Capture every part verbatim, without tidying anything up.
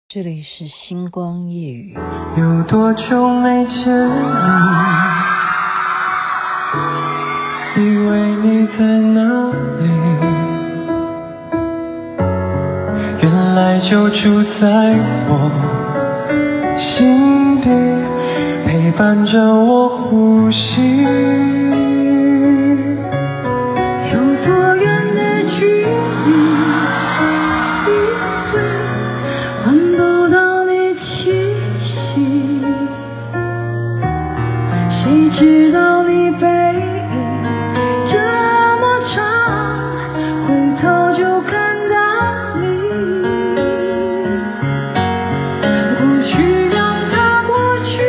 这里是星光夜雨。 有多久没见你，以为你在哪里，原来就住在我心底，陪伴着我呼吸。 有多远的距离，闻不到你气息，谁知道你背影这么长，回头就看到你。过去让它过去，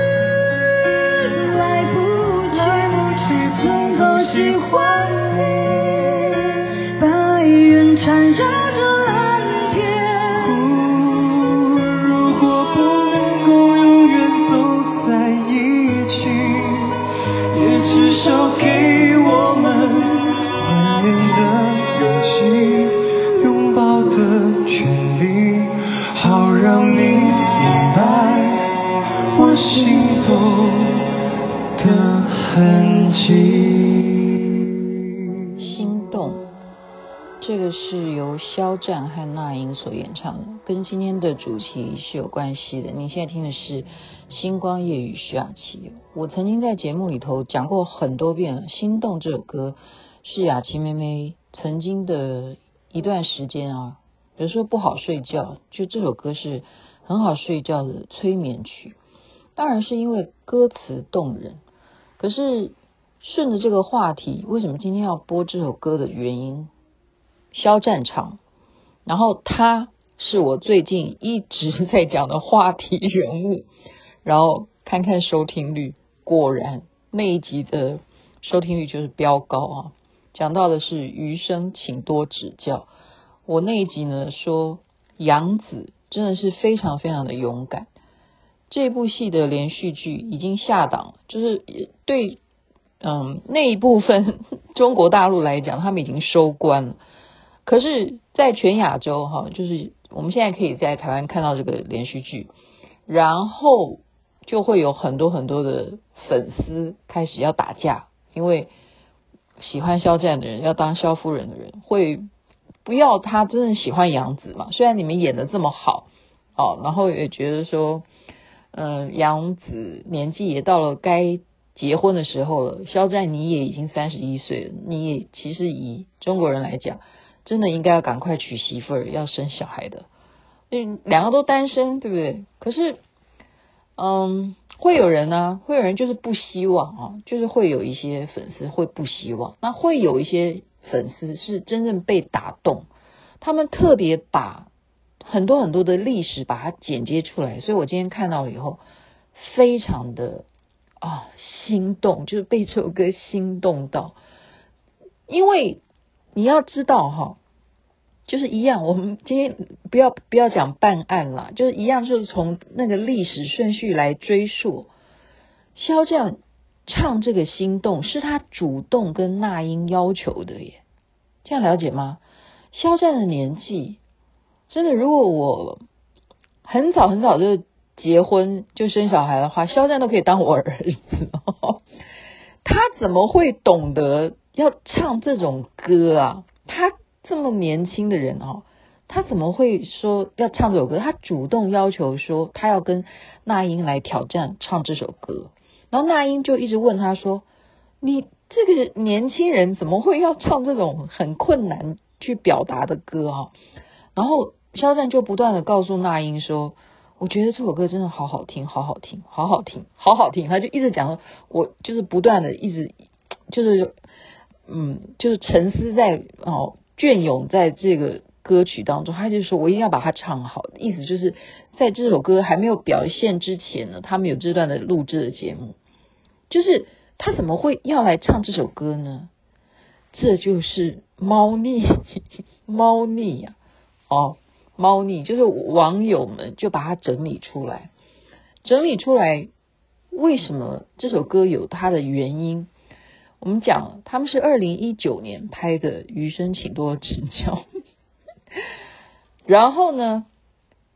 来不及，来不及从头喜欢你，白云缠绕着蓝天。 如果不能够永远走在一起，也至少给我们怀念的勇气，拥抱的权利，好让你明白我心动的痕迹。 心动，这个是由肖战和那英所演唱的，跟今天的主题是有关系的。你现在听的是星光夜雨徐雅琪。我曾经在节目里头讲过很多遍了，心动这首歌是雅琪妹妹曾经的一段时间啊，比如说不好睡觉，就这首歌是很好睡觉的催眠曲。当然是因为歌词动人，可是顺着这个话题，为什么今天要播这首歌的原因，肖战唱，然后他是我最近一直在讲的话题人物，然后看看收听率，果然那一集的收听率就是飙高啊。讲到的是余生请多指教，我那一集呢说杨紫真的是非常非常的勇敢。这部戏的连续剧已经下档了，就是对嗯那一部分中国大陆来讲，他们已经收官了。可是在全亚洲哈，就是我们现在可以在台湾看到这个连续剧，然后就会有很多很多的粉丝开始要打架，因为喜欢肖战的人，要当肖夫人的人会不要他真的喜欢杨紫嘛，虽然你们演得这么好哦，然后也觉得说嗯、呃，杨紫年纪也到了该结婚的时候了，肖战你也已经三十一岁了，你也其实以中国人来讲真的应该要赶快娶媳妇儿，要生小孩的。嗯，两个都单身，对不对？可是，嗯，会有人呢、啊，会有人就是不希望啊，就是会有一些粉丝会不希望，那会有一些粉丝是真正被打动，他们特别把很多很多的历史把它剪接出来，所以我今天看到了以后，非常的啊心动，就是被这首歌心动到，因为你要知道哈，就是一样，我们今天不要不要讲办案啦，就是一样，就是从那个历史顺序来追溯。肖战唱这个心动是他主动跟那英要求的耶，这样了解吗？肖战的年纪真的，如果我很早很早就结婚就生小孩的话，肖战都可以当我儿子哦。他怎么会懂得要唱这种歌啊？他这么年轻的人哦，他怎么会说要唱这首歌？他主动要求说他要跟那英来挑战唱这首歌，然后那英就一直问他说：“你这个年轻人怎么会要唱这种很困难去表达的歌啊？”然后肖战就不断的告诉那英说：“我觉得这首歌真的好好听，好好听，好好听，好好听。”他就一直讲，我就是不断的一直就是嗯，就是沉思在哦，隽永在这个歌曲当中。他就说我一定要把它唱好，意思就是在这首歌还没有表现之前呢，他们有这段的录制的节目，就是他怎么会要来唱这首歌呢？这就是猫腻，猫腻呀、啊，哦。猫腻就是网友们就把它整理出来，整理出来为什么这首歌有它的原因。我们讲他们是二零一九年拍的《余生请多指教》，然后呢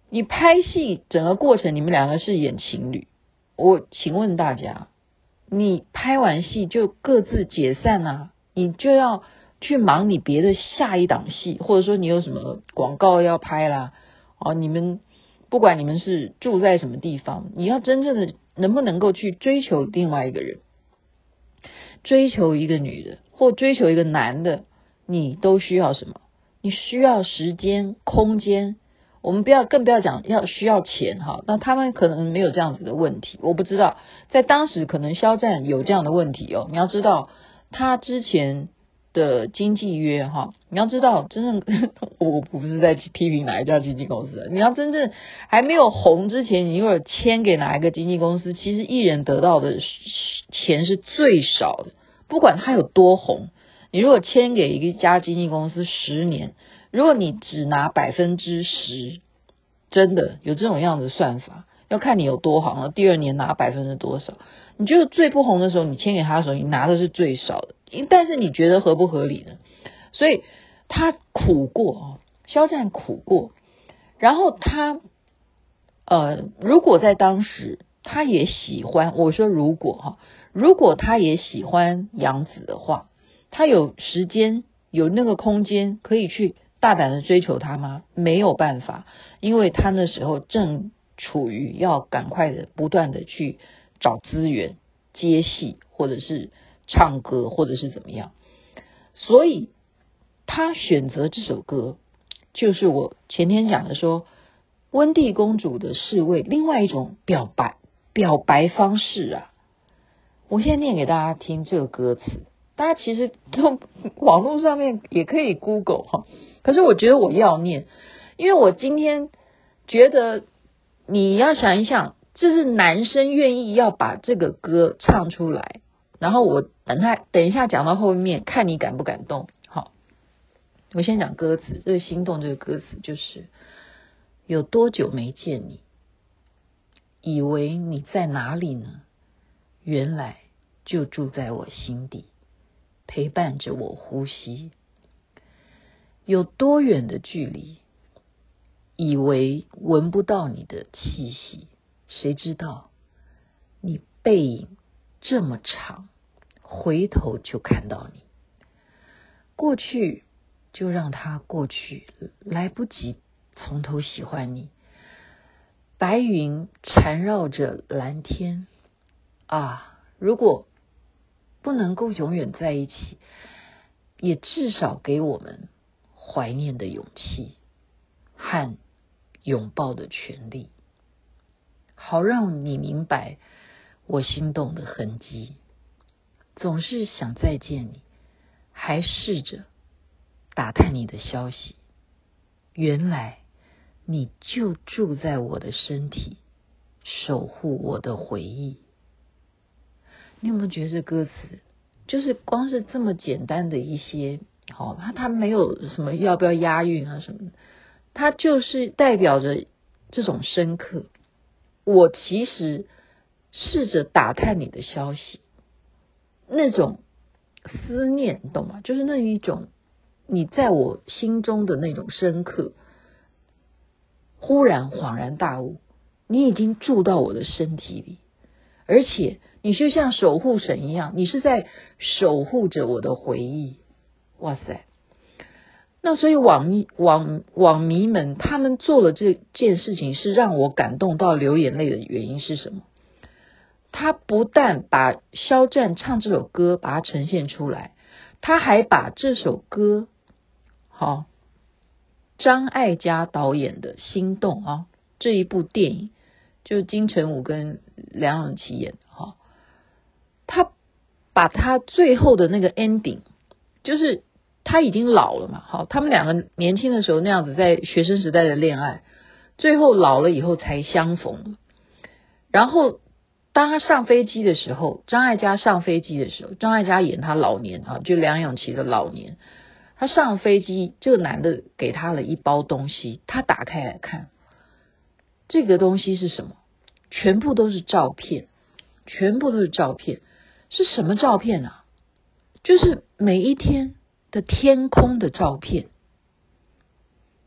你拍戏整个过程，你们两个是演情侣，我请问大家，你拍完戏就各自解散啊，你就要去忙你别的下一档戏，或者说你有什么广告要拍啦，哦，你们不管你们是住在什么地方，你要真正的能不能够去追求另外一个人，追求一个女的或追求一个男的，你都需要什么？你需要时间、空间。我们不要更不要讲要需要钱哈，那他们可能没有这样子的问题，我不知道，在当时可能肖战有这样的问题哦。你要知道他之前的经纪约哈，你要知道真正我我不是在批评哪一家经纪公司，你要真正还没有红之前，你如果签给哪一个经纪公司，其实艺人得到的钱是最少的，不管他有多红。你如果签给一家经纪公司十年，如果你只拿百分之十，真的有这种样子算法，要看你有多红了。第二年拿百分之多少？你觉得最不红的时候，你签给他的时候，你拿的是最少的。但是你觉得合不合理呢？所以他苦过，肖战苦过，然后他呃，如果在当时他也喜欢，我说如果哈，如果他也喜欢杨紫的话，他有时间有那个空间可以去大胆的追求他吗？没有办法，因为他那时候正处于要赶快的不断的去找资源接戏，或者是唱歌，或者是怎么样，所以他选择这首歌，就是我前天讲的说温蒂公主的侍卫另外一种表白表白方式啊。我现在念给大家听这个歌词，大家其实从网络上面也可以 Google 哈，可是我觉得我要念，因为我今天觉得你要想一想，这是男生愿意要把这个歌唱出来，然后我等他等一下讲到后面，看你感不感动。好，我先讲歌词，这个心动这个歌词就是有多久没见你，以为你在哪里呢？原来就住在我心底，陪伴着我呼吸。有多远的距离，以为闻不到你的气息，谁知道你背影这么长，回头就看到你。过去就让它过去，来不及从头喜欢你。白云缠绕着蓝天啊，如果不能够永远在一起，也至少给我们怀念的勇气和拥抱的权利，好让你明白我心动的痕迹。总是想再见你，还试着打探你的消息，原来你就住在我的身体，守护我的回忆。你有没有觉得这歌词就是光是这么简单的一些，好、哦，它它没有什么要不要押韵啊什么的，它就是代表着这种深刻。我其实试着打探你的消息，那种思念，你懂吗？就是那一种你在我心中的那种深刻。忽然恍然大悟，你已经住到我的身体里，而且你就像守护神一样，你是在守护着我的回忆。哇塞！那所以网迷网网迷们他们做了这件事情，是让我感动到流眼泪的原因是什么？他不但把肖战唱这首歌把它呈现出来，他还把这首歌好、哦、张艾嘉导演的《心动》啊，这一部电影就是金城武跟梁咏琪演的哈，他把他最后的那个 ending， 就是他已经老了嘛，好，他们两个年轻的时候那样子在学生时代的恋爱，最后老了以后才相逢。然后当他上飞机的时候，张艾嘉上飞机的时候，张艾嘉演他老年啊，就梁咏琪的老年。他上飞机，这个男的给他了一包东西，他打开来看，这个东西是什么？全部都是照片，全部都是照片。是什么照片啊？就是每一天的天空的照片。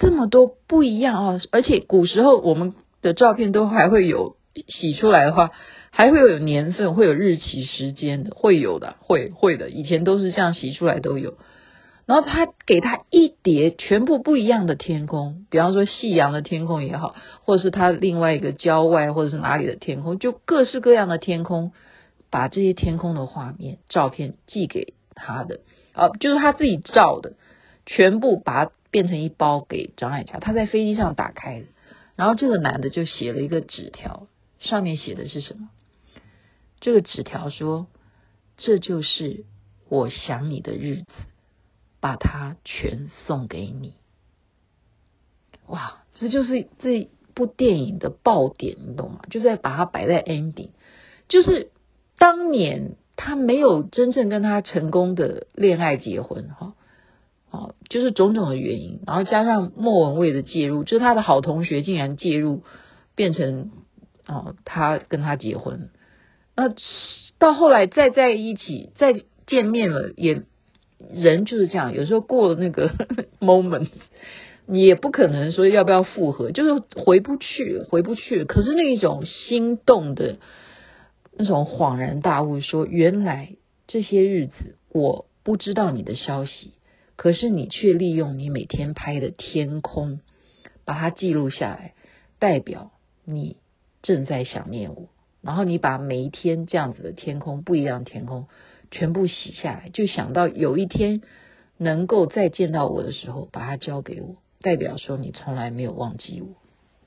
这么多不一样啊！而且古时候我们的照片都还会有洗出来的话，还会有年份，会有日期时间的，会有的，会会的，以前都是这样洗出来都有。然后他给他一叠全部不一样的天空，比方说夕阳的天空也好，或者是他另外一个郊外或者是哪里的天空，就各式各样的天空，把这些天空的画面照片寄给他的啊，就是他自己照的，全部把它变成一包给张艾嘉，他在飞机上打开的。然后这个男的就写了一个纸条，上面写的是什么？这个纸条说，这就是我想你的日子，把它全送给你。哇，这就是这部电影的爆点，你懂吗？就是在把它摆在 ending， 就是当年他没有真正跟他成功的恋爱结婚哈。哦，就是种种的原因，然后加上莫文蔚的介入，就是他的好同学竟然介入，变成哦他跟他结婚，那到后来再在一起再见面了，也人就是这样，有时候过了那个moment， 你也不可能说要不要复合，就是回不去，回不去。可是那一种心动的那种恍然大悟，说原来这些日子我不知道你的消息。可是你却利用你每天拍的天空把它记录下来，代表你正在想念我，然后你把每一天这样子的天空，不一样的天空全部洗下来，就想到有一天能够再见到我的时候把它交给我，代表说你从来没有忘记我。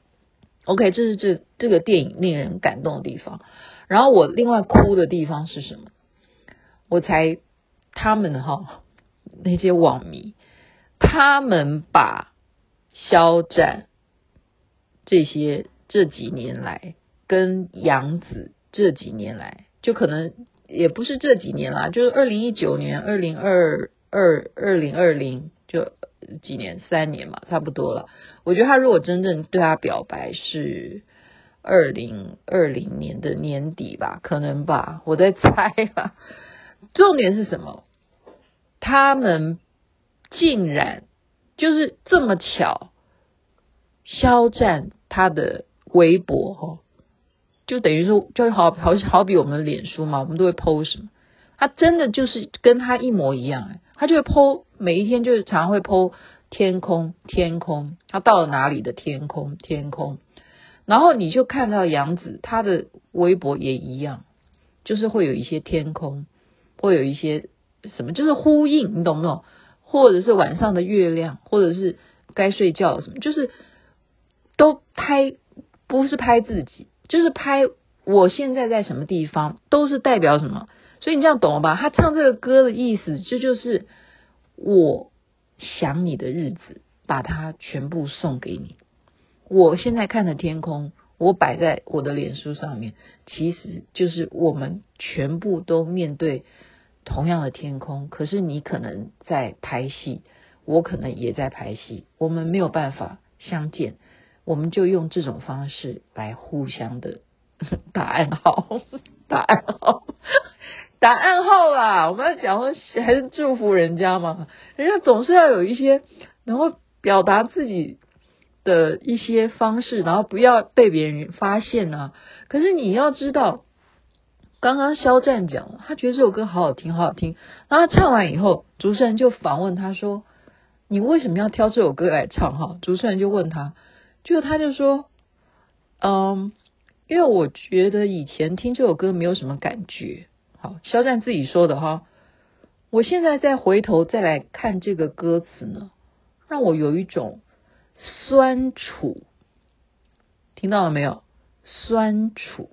OK， 这是这这个电影令人感动的地方。然后我另外哭的地方是什么？我才他们哈那些网迷，他们把肖战这些这几年来跟杨紫这几年来，就可能也不是这几年啦，就是二零一九年、二零二二、二零二零，就几年，三年嘛，差不多了。我觉得他如果真正对他表白是二零二零年的年底吧，可能吧，我在猜吧。重点是什么？他们竟然就是这么巧，肖战他的微博就等于说就好好好比我们的脸书嘛，我们都会 po 什么，他真的就是跟他一模一样，他就会 po， 每一天就是常常会 po 天空天空，他到了哪里的天空天空。然后你就看到杨紫他的微博也一样，就是会有一些天空，会有一些什么，就是呼应，你懂不懂？或者是晚上的月亮，或者是该睡觉什么，就是都拍，不是拍自己，就是拍我现在在什么地方，都是代表什么。所以你这样懂了吧？他唱这个歌的意思，这就是我想你的日子，把它全部送给你。我现在看的天空，我摆在我的脸书上面，其实就是我们全部都面对同样的天空，可是你可能在拍戏，我可能也在拍戏，我们没有办法相见，我们就用这种方式来互相的打暗号打暗号打暗号啦。我们要讲说还是祝福人家嘛，人家总是要有一些能够表达自己的一些方式，然后不要被别人发现啊。可是你要知道，刚刚肖战讲了，他觉得这首歌好好听好好听，然后他唱完以后，主持人就访问他说，你为什么要挑这首歌来唱哈？主持人就问他，就他就说嗯，因为我觉得以前听这首歌没有什么感觉。好，肖战自己说的哈，我现在再回头再来看这个歌词呢，让我有一种酸楚，听到了没有？酸楚。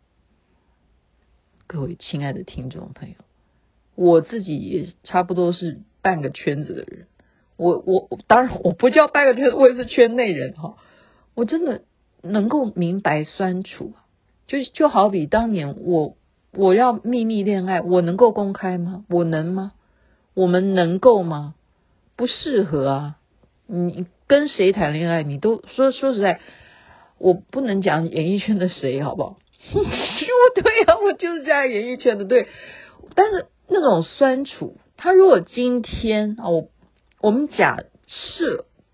各位亲爱的听众朋友，我自己也差不多是半个圈子的人，我我当然我不叫半个圈子，我也是圈内人哈。我真的能够明白酸楚，就就好比当年我我要秘密恋爱，我能够公开吗？我能吗？我们能够吗？不适合啊。你跟谁谈恋爱，你都说说实在，我不能讲演艺圈的谁，好不好？对啊，我就是在演艺圈的，对。但是那种酸楚，他如果今天啊，我我们假设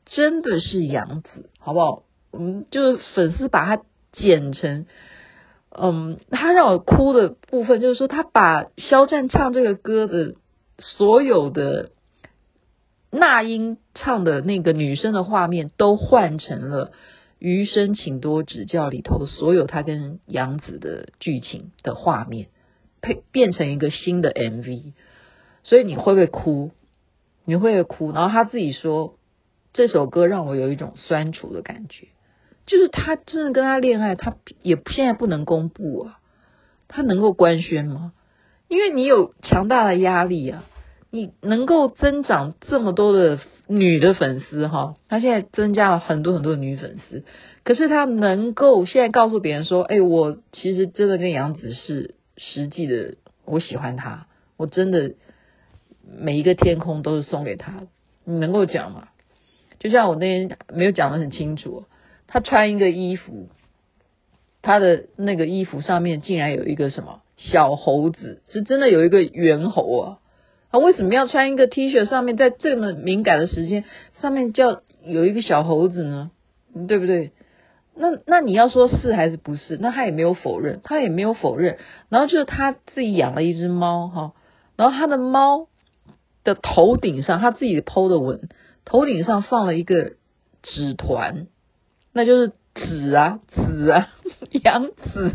真的是杨紫，好不好？嗯，就是粉丝把它剪成，嗯，他让我哭的部分就是说，他把肖战唱这个歌的所有的那英唱的那个女生的画面都换成了余生请多指教里头所有他跟杨紫的剧情的画面，配变成一个新的 M V， 所以你会不会哭？你会不会哭？然后他自己说，这首歌让我有一种酸楚的感觉，就是他真的跟他恋爱，他也现在不能公布啊，他能够官宣吗？因为你有强大的压力啊，你能够增长这么多的女的粉丝哈，他现在增加了很多很多的女粉丝，可是他能够现在告诉别人说，哎，我其实真的跟杨紫是实际的，我喜欢他，我真的每一个天空都是送给他，你能够讲吗？就像我那天没有讲得很清楚，他穿一个衣服，他的那个衣服上面竟然有一个什么小猴子，是真的有一个猿猴啊！他为什么要穿一个 T 恤上面在这么敏感的时间上面叫有一个小猴子呢？对不对？那那你要说是还是不是？那他也没有否认，他也没有否认。然后就是他自己养了一只猫哈，然后他的猫的头顶上，他自己 po 的文，头顶上放了一个纸团，那就是纸啊，纸啊，杨紫。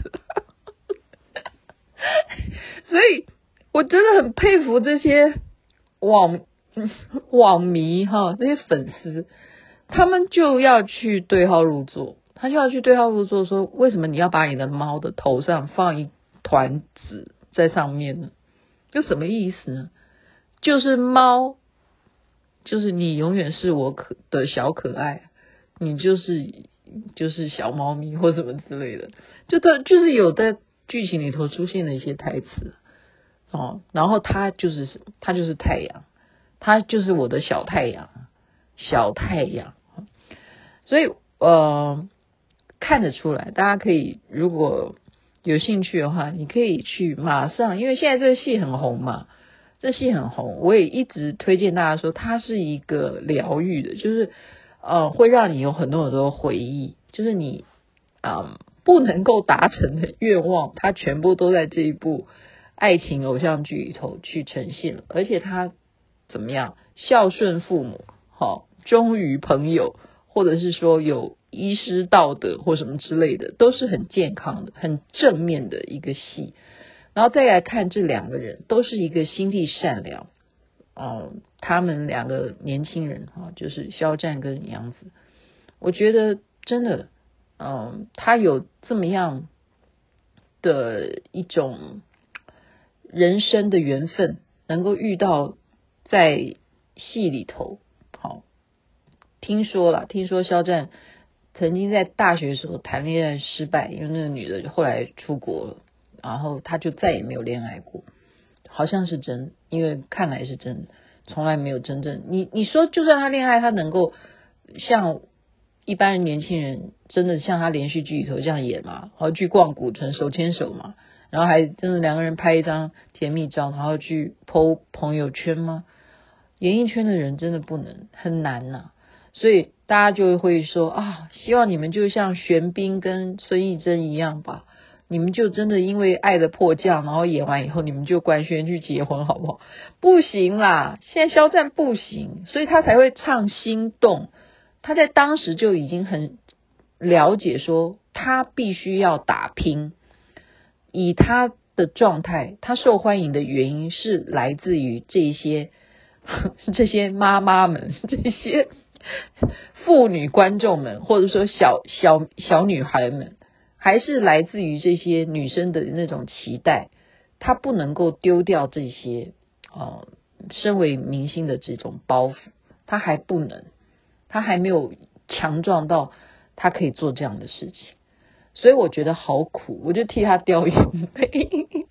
所以我真的很佩服这些网网迷哈，这些粉丝，他们就要去对号入座，他就要去对号入座，说为什么你要把你的猫的头上放一团纸在上面呢？就什么意思呢？就是猫，就是你永远是我可的小可爱，你就是就是小猫咪或什么之类的，就它就是有在剧情里头出现的一些台词哦，然后它就是它就是太阳，它就是我的小太阳，小太阳，所以呃看得出来，大家可以如果有兴趣的话，你可以去马上，因为现在这个戏很红嘛。这戏很红，我也一直推荐大家说，它是一个疗愈的，就是呃，会让你有很多很多回忆，就是你啊、呃、不能够达成的愿望，它全部都在这一部爱情偶像剧里头去呈现了，而且它怎么样，孝顺父母，好、哦，忠于朋友，或者是说有医师道德或什么之类的，都是很健康的、很正面的一个戏。然后再来看这两个人，都是一个心地善良，嗯，他们两个年轻人哈，就是肖战跟杨紫，我觉得真的，嗯，他有这么样的一种人生的缘分，能够遇到在戏里头，好，听说了，听说肖战曾经在大学的时候谈恋爱失败，因为那个女的后来出国了。然后他就再也没有恋爱过，好像是真的，因为看来是真的，从来没有真正你你说就算他恋爱，他能够像一般人年轻人真的像他连续剧里头这样演嘛，然后去逛古城手牵手嘛，然后还真的两个人拍一张甜蜜照，然后去 po 朋友圈吗？演艺圈的人真的不能，很难呐、啊，所以大家就会说啊，希望你们就像玄彬跟孙艺珍一样吧。你们就真的因为爱的迫降，然后演完以后你们就官宣去结婚好不好？不行啦，现在肖战不行，所以他才会唱心动。他在当时就已经很了解说他必须要打拼，以他的状态，他受欢迎的原因是来自于这些这些妈妈们，这些妇女观众们，或者说小小小女孩们，还是来自于这些女生的那种期待，她不能够丢掉这些呃，身为明星的这种包袱，她还不能，她还没有强壮到她可以做这样的事情，所以我觉得好苦，我就替她掉眼泪。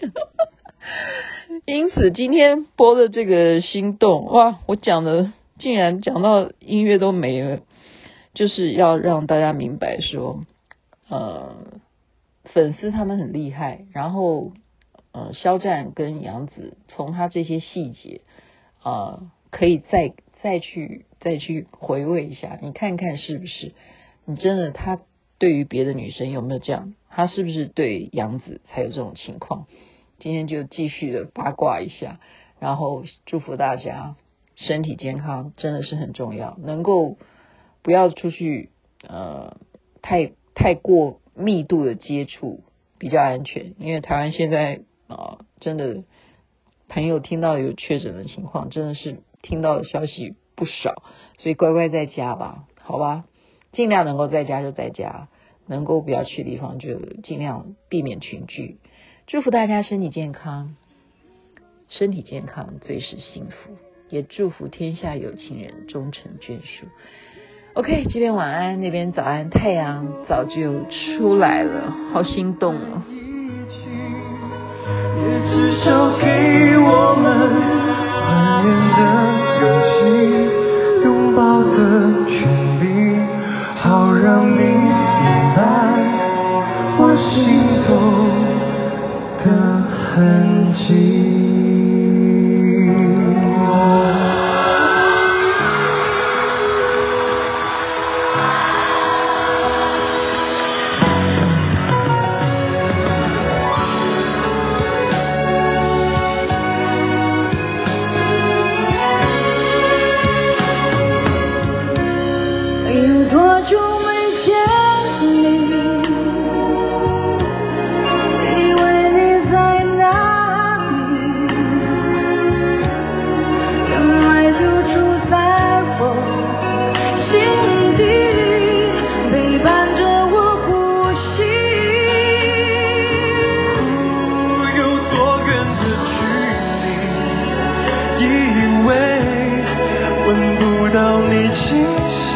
因此今天播的这个心动，哇，我讲的竟然讲到音乐都没了，就是要让大家明白说呃，粉丝他们很厉害，然后呃，肖战跟杨紫从他这些细节啊、呃，可以再再去再去回味一下，你看看是不是你真的他对于别的女生有没有这样，他是不是对杨子才有这种情况。今天就继续的八卦一下，然后祝福大家身体健康，真的是很重要，能够不要出去呃太太过密度的接触比较安全，因为台湾现在呃真的朋友听到有确诊的情况，真的是听到的消息不少，所以乖乖在家吧，好吧，尽量能够在家就在家，能够不要去的地方就尽量避免群聚。祝福大家身体健康，身体健康最是幸福，也祝福天下有情人终成眷属。 OK， 这边晚安，那边早安，太阳早就出来了，好心动哦。 也至少给我们怀念的勇气，拥抱的权利，好让你明白我心动的痕迹。 有多久没见你？以为你在哪里？原来就住在我心底，陪伴着我呼吸。 有多远的距离？以为闻不到你气息。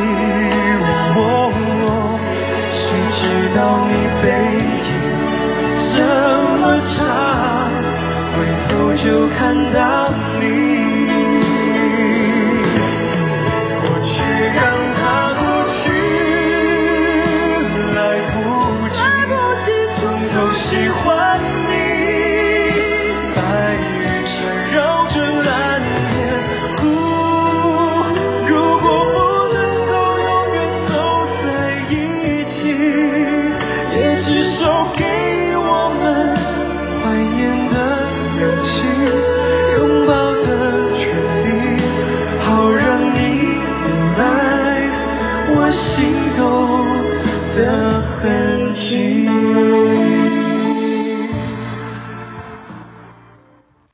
谁知道你背影这么长，回头就看到你